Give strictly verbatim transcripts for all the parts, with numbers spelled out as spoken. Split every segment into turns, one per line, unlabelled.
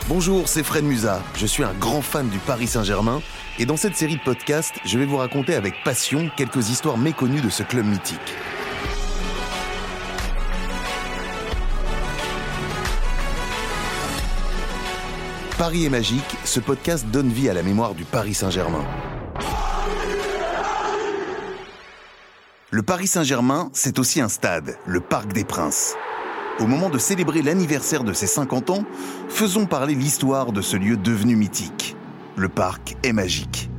Bonjour, c'est Fred Musa. Je suis un grand fan du Paris Saint-Germain et dans cette série de podcasts, je vais vous raconter avec passion quelques histoires méconnues de ce club mythique. Paris est magique, ce podcast donne vie à la mémoire du Paris Saint-Germain. Le Paris Saint-Germain, c'est aussi un stade, le Parc des Princes. Au moment de célébrer l'anniversaire de ses cinquante ans, faisons parler l'histoire de ce lieu devenu mythique. Le parc est magique.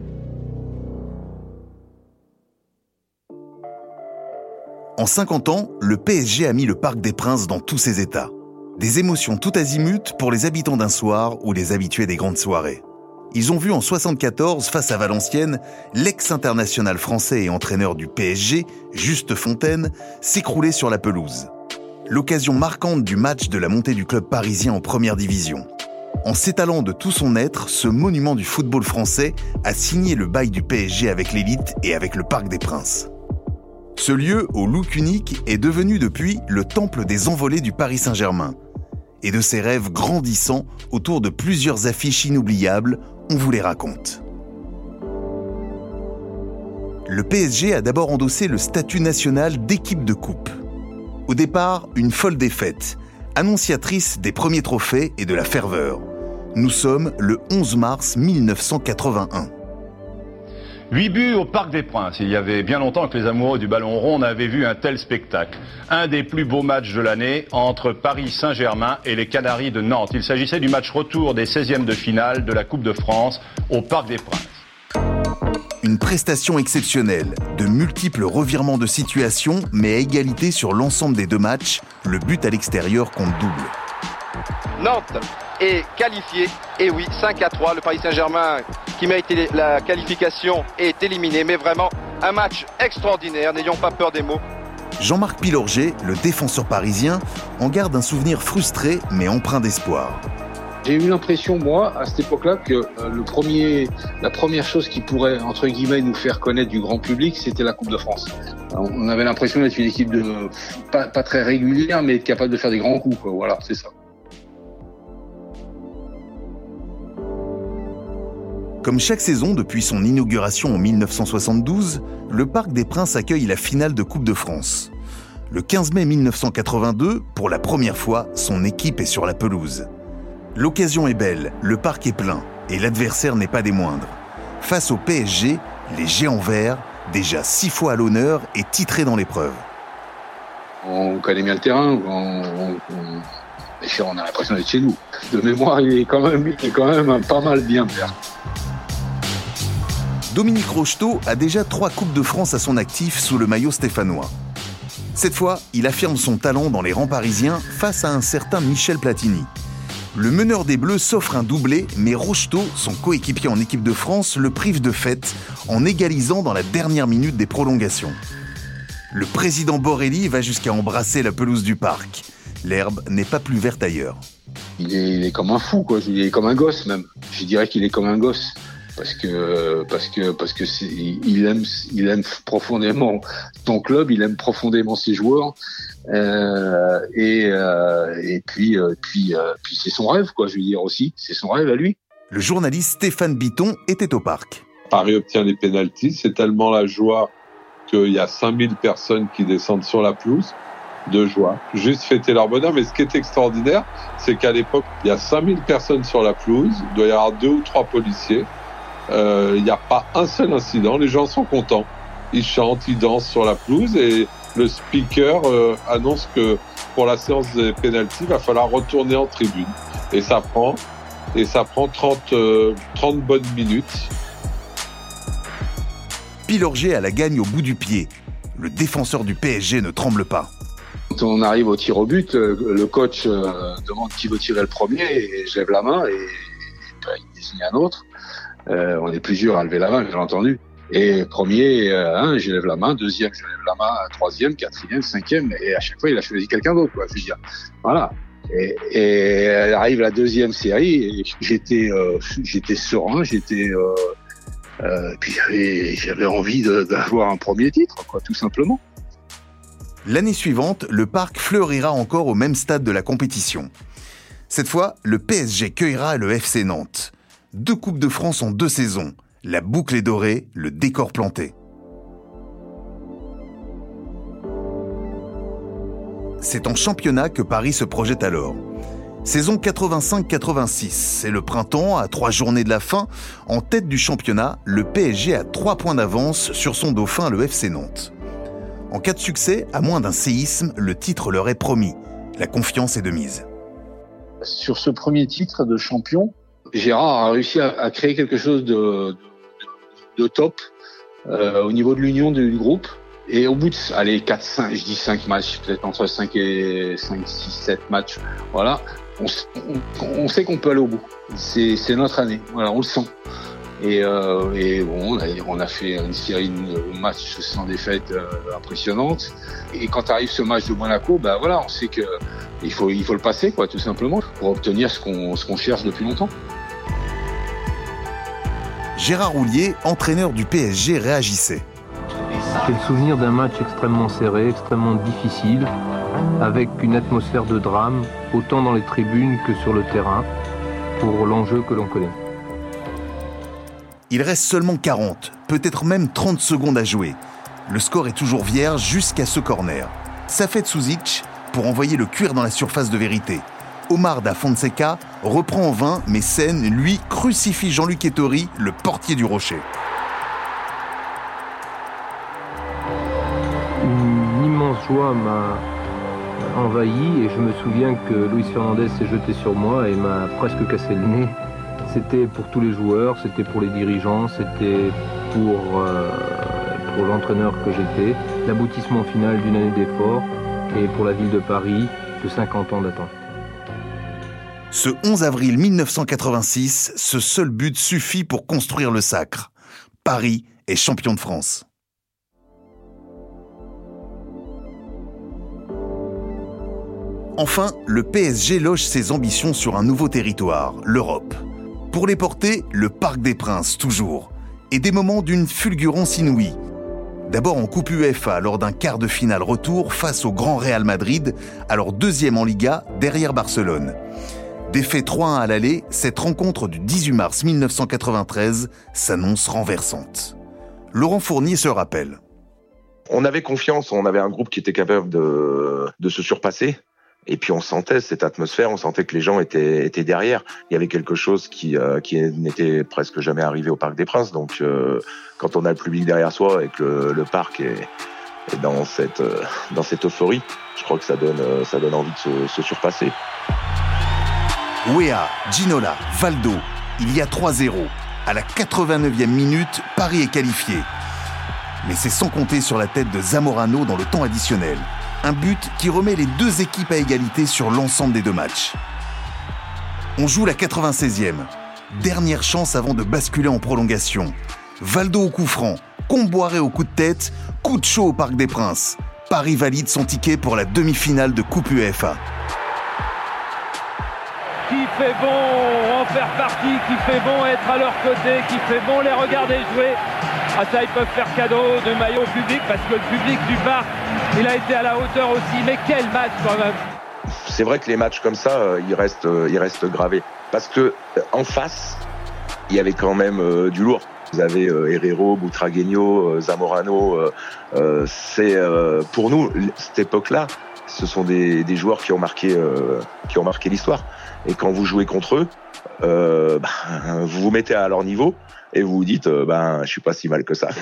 En cinquante ans, le P S G a mis le Parc des Princes dans tous ses états. Des émotions tout azimuts pour les habitants d'un soir ou les habitués des grandes soirées. Ils ont vu en soixante-quatorze, face à Valenciennes, l'ex-international français et entraîneur du P S G, Juste Fontaine, s'écrouler sur la pelouse. L'occasion marquante du match de la montée du club parisien en première division. En s'étalant de tout son être, ce monument du football français a signé le bail du P S G avec l'élite et avec le Parc des Princes. Ce lieu, au look unique, est devenu depuis le temple des envolées du Paris Saint-Germain. Et de ses rêves grandissants autour de plusieurs affiches inoubliables, on vous les raconte. Le P S G a d'abord endossé le statut national d'équipe de coupe. Au départ, une folle défaite, annonciatrice des premiers trophées et de la ferveur. Nous sommes le onze mars mille neuf cent quatre-vingt-un.
Huit buts au Parc des Princes. Il y avait bien longtemps que les amoureux du ballon rond n'avaient vu un tel spectacle. Un des plus beaux matchs de l'année entre Paris Saint-Germain et les Canaries de Nantes. Il s'agissait du match retour des seizièmes de finale de la Coupe de France au Parc des Princes.
Une prestation exceptionnelle, de multiples revirements de situation, mais à égalité sur l'ensemble des deux matchs, le but à l'extérieur compte double.
Nantes est qualifié, et oui, cinq à trois, le Paris Saint-Germain qui méritait la qualification est éliminé, mais vraiment un match extraordinaire, n'ayons pas peur des mots.
Jean-Marc Pilorget, le défenseur parisien, en garde un souvenir frustré mais empreint d'espoir.
J'ai eu l'impression, moi, à cette époque-là, que euh, le premier, la première chose qui pourrait, entre guillemets, nous faire connaître du grand public, c'était la Coupe de France. Alors, on avait l'impression d'être une équipe de pas, pas très régulière, mais capable de faire des grands coups, quoi. Voilà, c'est ça.
Comme chaque saison depuis son inauguration en mille neuf cent soixante-douze, le Parc des Princes accueille la finale de Coupe de France. Le quinze mai mille neuf cent quatre-vingt-deux, pour la première fois, son équipe est sur la pelouse. L'occasion est belle, le parc est plein, et l'adversaire n'est pas des moindres. Face au P S G, les Géants verts, déjà six fois à l'honneur et titrés dans l'épreuve.
On connaît bien le terrain, on, on, on, on a l'impression d'être chez nous. De mémoire, il est quand même, il est quand même pas mal bien vert.
Dominique Rocheteau a déjà trois Coupes de France à son actif sous le maillot stéphanois. Cette fois, il affirme son talent dans les rangs parisiens face à un certain Michel Platini. Le meneur des Bleus s'offre un doublé, mais Rocheteau, son coéquipier en équipe de France, le prive de fait en égalisant dans la dernière minute des prolongations. Le président Borelli va jusqu'à embrasser la pelouse du parc. L'herbe n'est pas plus verte ailleurs.
Il est, il est comme un fou, quoi. Il est comme un gosse même. Je dirais qu'il est comme un gosse. Parce que parce que parce que c'est, il aime il aime profondément ton club, il aime profondément ses joueurs euh, et euh, et puis euh, puis euh, puis c'est son rêve, quoi. Je veux dire aussi, c'est son rêve à lui.
Le journaliste Stéphane Bitton était au parc.
Paris obtient les pénaltys, c'est tellement la joie qu'il y a cinq mille personnes qui descendent sur la pelouse de joie, juste fêter leur bonheur. Mais ce qui est extraordinaire, c'est qu'à l'époque, il y a cinq mille personnes sur la pelouse, il doit y avoir deux ou trois policiers. Il euh, n'y a pas un seul incident, les gens sont contents, ils chantent, ils dansent sur la pelouse et le speaker euh, annonce que pour la séance des pénaltys, il va falloir retourner en tribune et ça prend et ça prend trente, euh, trente bonnes minutes.
Pilorget a la gagne au bout du pied. Le défenseur du P S G ne tremble pas.
Quand on arrive au tir au but, le coach euh, demande qui veut tirer le premier et je lève la main et, et ben, il désigne un autre. Euh, on est plusieurs à lever la main, bien entendu. Et premier, euh, un, je lève la main. Deuxième, je lève la main. Troisième, quatrième, cinquième. Et à chaque fois, il a choisi quelqu'un d'autre, quoi. Je veux dire, voilà. Et, et arrive la deuxième série. Et j'étais, euh, j'étais serein. J'étais. Euh, euh, puis j'avais, j'avais envie de, d'avoir un premier titre, quoi, tout simplement.
L'année suivante, le parc fleurira encore au même stade de la compétition. Cette fois, le P S G cueillera le F C Nantes. Deux Coupes de France en deux saisons. La boucle est dorée, le décor planté. C'est en championnat que Paris se projette alors. Saison quatre-vingt-cinq quatre-vingt-six, c'est le printemps, à trois journées de la fin. En tête du championnat, le P S G a trois points d'avance sur son dauphin, le F C Nantes. En cas de succès, à moins d'un séisme, le titre leur est promis. La confiance est de mise.
Sur ce premier titre de champion, Gérard a réussi à, à créer quelque chose de, de, de top euh, au niveau de l'union du groupe. Et au bout de, allez, quatre, cinq, je dis cinq matchs, peut-être entre cinq et cinq, six, sept matchs, voilà, on, on, on sait qu'on peut aller au bout. C'est, c'est notre année, voilà, on le sent. Et, euh, et bon, on a, on a fait une série de matchs sans défaite euh, impressionnante. Et quand arrive ce match de Monaco, ben voilà, on sait que il faut, il faut le passer, quoi, tout simplement, pour obtenir ce qu'on, ce qu'on cherche depuis longtemps.
Gérard Houllier, entraîneur du P S G, réagissait.
J'ai le souvenir d'un match extrêmement serré, extrêmement difficile, avec une atmosphère de drame, autant dans les tribunes que sur le terrain, pour l'enjeu que l'on connaît.
Il reste seulement quarante, peut-être même trente secondes à jouer. Le score est toujours vierge jusqu'à ce corner. Safet Suzic pour envoyer le cuir dans la surface de vérité. Omar da Fonseca reprend en vain, mais Sène, lui, crucifie Jean-Luc Ettori, le portier du Rocher.
Une immense joie m'a envahi et je me souviens que Luis Fernandez s'est jeté sur moi et m'a presque cassé le nez. C'était pour tous les joueurs, c'était pour les dirigeants, c'était pour, euh, pour l'entraîneur que j'étais, l'aboutissement final d'une année d'efforts et pour la ville de Paris de cinquante ans d'attente.
Ce onze avril mille neuf cent quatre-vingt-six, ce seul but suffit pour construire le sacre. Paris est champion de France. Enfin, le P S G loge ses ambitions sur un nouveau territoire, l'Europe. Pour les porter, le Parc des Princes, toujours. Et des moments d'une fulgurance inouïe. D'abord en Coupe UEFA, lors d'un quart de finale retour face au grand Real Madrid, alors deuxième en Liga, derrière Barcelone. Défait trois un à l'aller, cette rencontre du dix-huit mars mille neuf cent quatre-vingt-treize s'annonce renversante. Laurent Fournier se rappelle.
On avait confiance, on avait un groupe qui était capable de, de se surpasser. Et puis on sentait cette atmosphère, on sentait que les gens étaient, étaient derrière. Il y avait quelque chose qui, euh, qui n'était presque jamais arrivé au Parc des Princes. Donc euh, quand on a le public derrière soi et que le, le parc est, est dans, cette, euh, dans cette euphorie, je crois que ça donne, euh, ça donne envie de se, se surpasser.
Weah, Ginola, Valdo, il y a trois zéro. À la quatre-vingt-neuvième minute, Paris est qualifié. Mais c'est sans compter sur la tête de Zamorano dans le temps additionnel. Un but qui remet les deux équipes à égalité sur l'ensemble des deux matchs. On joue la quatre-vingt-seizième. Dernière chance avant de basculer en prolongation. Valdo au coup franc, Comboiré au coup de tête, coup de chaud au Parc des Princes. Paris valide son ticket pour la demi-finale de Coupe UEFA.
Qui fait bon en faire partie, qui fait bon être à leur côté, qui fait bon les regarder jouer. Ah ça, ils peuvent faire cadeau de maillot au public parce que le public du parc, il a été à la hauteur aussi. Mais quel match quand même!
C'est vrai que les matchs comme ça, euh, ils restent, euh, ils restent gravés. Parce que euh, en face, il y avait quand même euh, du lourd. Vous avez euh, Herrero, Butragueño, euh, Zamorano. Euh, euh, c'est euh, pour nous cette époque-là, ce sont des, des joueurs qui ont marqué, euh, qui ont marqué l'histoire. Et quand vous jouez contre eux, euh, bah, vous vous mettez à leur niveau. Et vous vous dites, euh, ben, je suis pas si mal que ça.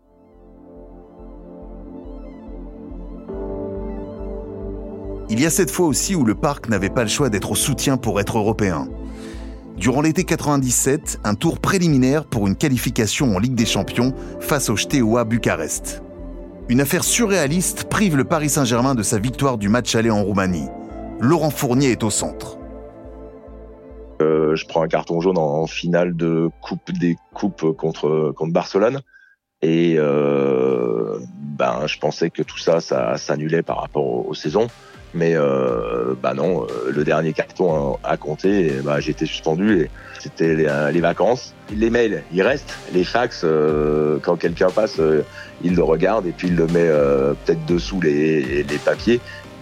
Il y a cette fois aussi où le Parc n'avait pas le choix d'être au soutien pour être européen. Durant l'été quatre-vingt-dix-sept, un tour préliminaire pour une qualification en Ligue des Champions face au Steaua Bucarest. Une affaire surréaliste prive le Paris Saint-Germain de sa victoire du match aller en Roumanie. Laurent Fournier est au centre.
Euh, je prends un carton jaune en finale de coupe des coupes contre contre Barcelone et euh, ben je pensais que tout ça ça s'annulait par rapport aux, aux saisons, mais euh, bah non, euh, le dernier carton a, a compté et bah j'ai été suspendu et c'était les, les vacances. Les mails ils restent, les fax euh, quand quelqu'un passe euh, il le regarde et puis il le met euh, peut-être dessous les les papiers.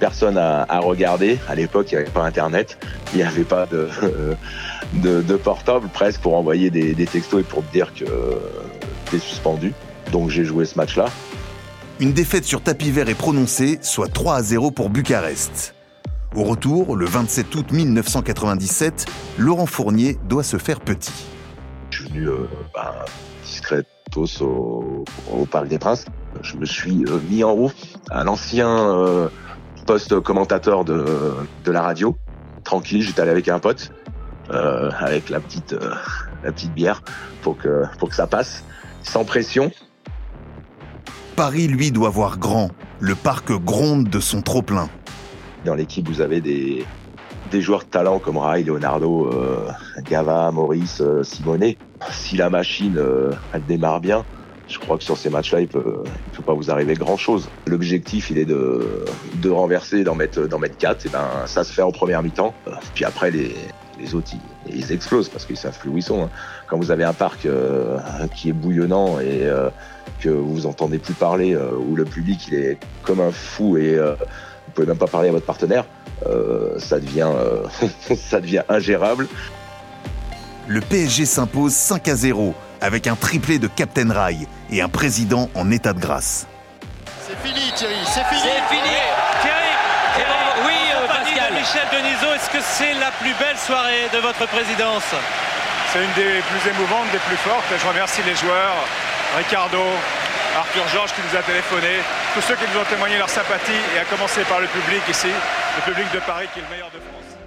personnes à, à regarder. À l'époque, il n'y avait pas Internet, il n'y avait pas de, de, de portable presque pour envoyer des, des textos et pour te dire que t'es suspendu. Donc j'ai joué ce match-là.
Une défaite sur tapis vert est prononcée, soit trois à zéro pour Bucarest. Au retour, le vingt-sept août mille neuf cent quatre-vingt-dix-sept, Laurent Fournier doit se faire petit.
Je suis venu euh, bah, discretos au, au Parc des Princes. Je me suis euh, mis en roue à l'ancien euh, poste commentateur de, de la radio. Tranquille, j'étais allé avec un pote, euh, avec la petite, euh, la petite bière pour que, pour que ça passe, sans pression.
Paris, lui, doit voir grand. Le parc gronde de son trop-plein.
Dans l'équipe, vous avez des, des joueurs de talent comme Rai, Leonardo, euh, Gava, Maurice, euh, Simonet. Si la machine, euh, elle démarre bien, je crois que sur ces matchs-là, il peut, il peut pas vous arriver grand-chose. L'objectif, il est de, de renverser, d'en mettre, d'en mettre quatre. Et ben, ça se fait en première mi-temps. Puis après, les, les autres, ils, ils explosent parce qu'ils savent plus où ils sont. Quand vous avez un parc euh, qui est bouillonnant et euh, que vous entendez plus parler, euh, où le public, il est comme un fou et euh, vous pouvez même pas parler à votre partenaire, euh, ça devient, euh, ça devient ingérable.
Le P S G s'impose cinq à zéro avec un triplé de Captain Rai et un président en état de grâce.
C'est fini Thierry, c'est fini.
C'est fini. Thierry, Thierry, oui euh, Pascal. De Michel Denisot, est-ce que c'est la plus belle soirée de votre présidence?
C'est une des plus émouvantes, des plus fortes. Je remercie les joueurs, Ricardo, Arthur Georges qui nous a téléphoné, tous ceux qui nous ont témoigné leur sympathie, et à commencer par le public ici, le public de Paris qui est le meilleur de France.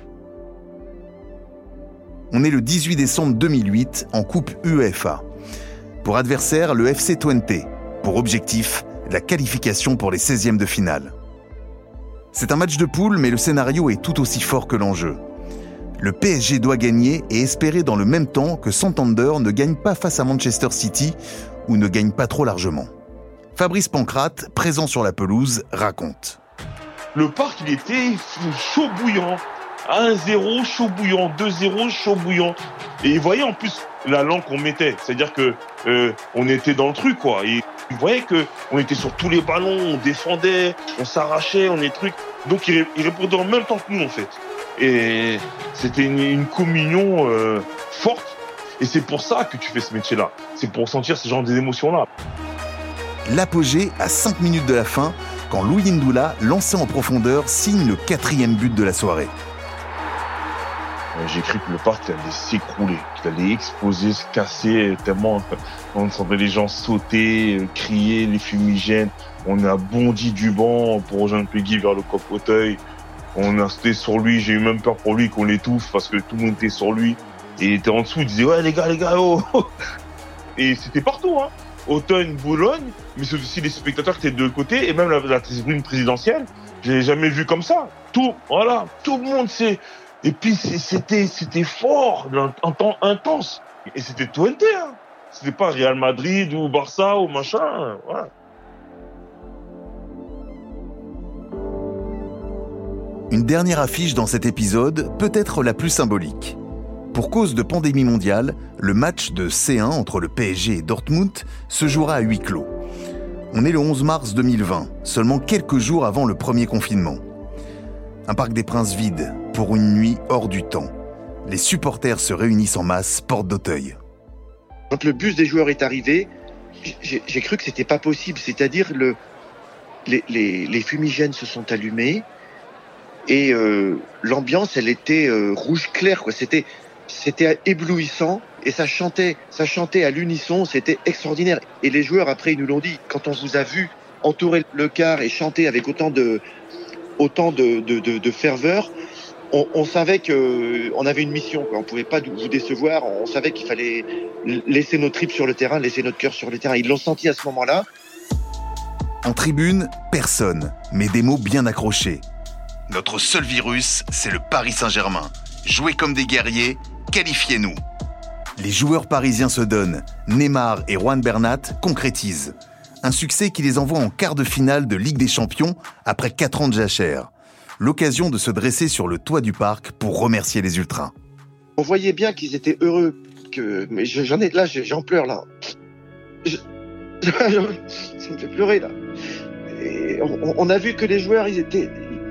On est le dix-huit décembre deux mille huit en Coupe UEFA. Pour adversaire, le F C Twente. Pour objectif, la qualification pour les seizièmes de finale. C'est un match de poule, mais le scénario est tout aussi fort que l'enjeu. Le P S G doit gagner et espérer dans le même temps que Santander ne gagne pas face à Manchester City ou ne gagne pas trop largement. Fabrice Pancrate, présent sur la pelouse, raconte.
Le parc, il était chaud bouillant. un zéro, chaud bouillant. deux zéro, chaud bouillant. Et vous voyez en plus la langue qu'on mettait. C'est-à-dire que euh, on était dans le truc, quoi. Et vous voyez que on était sur tous les ballons, on défendait, on s'arrachait, on est truc. Donc il, il répondait en même temps que nous, en fait. Et c'était une, une communion euh, forte. Et c'est pour ça que tu fais ce métier-là. C'est pour sentir ce genre d'émotions-là.
L'apogée à cinq minutes de la fin, quand Louis Ndoula, lancé en profondeur, signe le quatrième but de la soirée.
J'ai cru que le parc allait s'écrouler, qu'il allait exploser, se casser, tellement on entendait les gens sauter, crier, les fumigènes. On a bondi du banc pour rejoindre Peggy vers le coq-fauteuil. On a sauté sur lui, j'ai eu même peur pour lui qu'on l'étouffe parce que tout le monde était sur lui. Et il était en dessous, il disait « Ouais les gars, les gars, oh !» Et c'était partout, hein. Auteuil, Boulogne, mais c'est aussi les spectateurs qui étaient de l'autre côté, et même la, la tribune présidentielle, je l'ai jamais vu comme ça. Tout, voilà, tout le monde s'est... Et puis c'était c'était fort, un temps intense. Et c'était Twente, hein. C'était pas Real Madrid ou Barça ou machin, voilà.
Une dernière affiche dans cet épisode, peut-être la plus symbolique. Pour cause de pandémie mondiale, le match de C un entre le P S G et Dortmund se jouera à huis clos. On est le onze mars deux mille vingt, seulement quelques jours avant le premier confinement. Un Parc des Princes vide, pour une nuit hors du temps. Les supporters se réunissent en masse, porte d'Auteuil.
Quand le bus des joueurs est arrivé, j'ai, j'ai cru que c'était pas possible. C'est-à-dire le, les, les, les fumigènes se sont allumés et euh, l'ambiance, elle était euh, rouge clair, quoi. C'était, c'était éblouissant et ça chantait, ça chantait à l'unisson. C'était extraordinaire. Et les joueurs après, ils nous l'ont dit. Quand on vous a vu entourer le quart et chanter avec autant de autant de, de, de, de ferveur, on, on savait que on avait une mission, quoi. On pouvait pas vous décevoir. On savait qu'il fallait laisser nos tripes sur le terrain, laisser notre cœur sur le terrain. Ils l'ont senti à ce moment-là.
En tribune, personne, mais des mots bien accrochés. Notre seul virus, c'est le Paris Saint-Germain. Jouez comme des guerriers, qualifiez-nous. Les joueurs parisiens se donnent. Neymar et Juan Bernat concrétisent. Un succès qui les envoie en quart de finale de Ligue des Champions après quatre ans de jachère. L'occasion de se dresser sur le toit du parc pour remercier les ultras.
On voyait bien qu'ils étaient heureux. Que... Mais j'en ai là, j'en pleure là. Je... Ça me fait pleurer là. Et on, on a vu que les joueurs, ils étaient,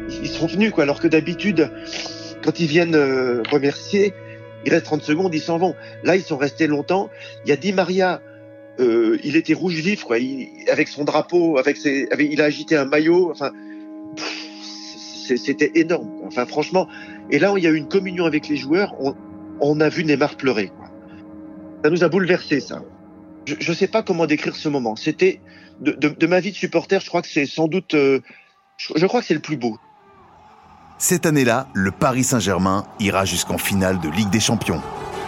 ils sont venus, quoi. Alors que d'habitude, quand ils viennent euh, remercier, il reste trente secondes, ils s'en vont. Là, ils sont restés longtemps. Il y a Di Maria, euh, il était rouge vif, quoi. Il, avec son drapeau, avec ses, avec, il a agité un maillot. Enfin, pff, c'était énorme. Enfin, franchement. Et là, il y a eu une communion avec les joueurs. On, on a vu Neymar pleurer, quoi. Ça nous a bouleversé, ça. Je ne sais pas comment décrire ce moment. C'était de, de, de ma vie de supporter, je crois que c'est sans doute, euh, je, je crois que c'est le plus beau.
Cette année-là, le Paris Saint-Germain ira jusqu'en finale de Ligue des Champions.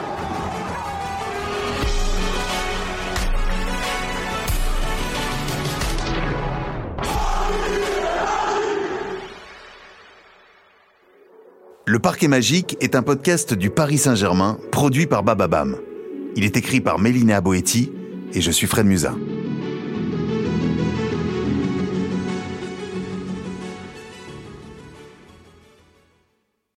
Le Parquet Magique est un podcast du Paris Saint-Germain produit par Bababam. Il est écrit par Mélina Boetti et je suis Fred Musa.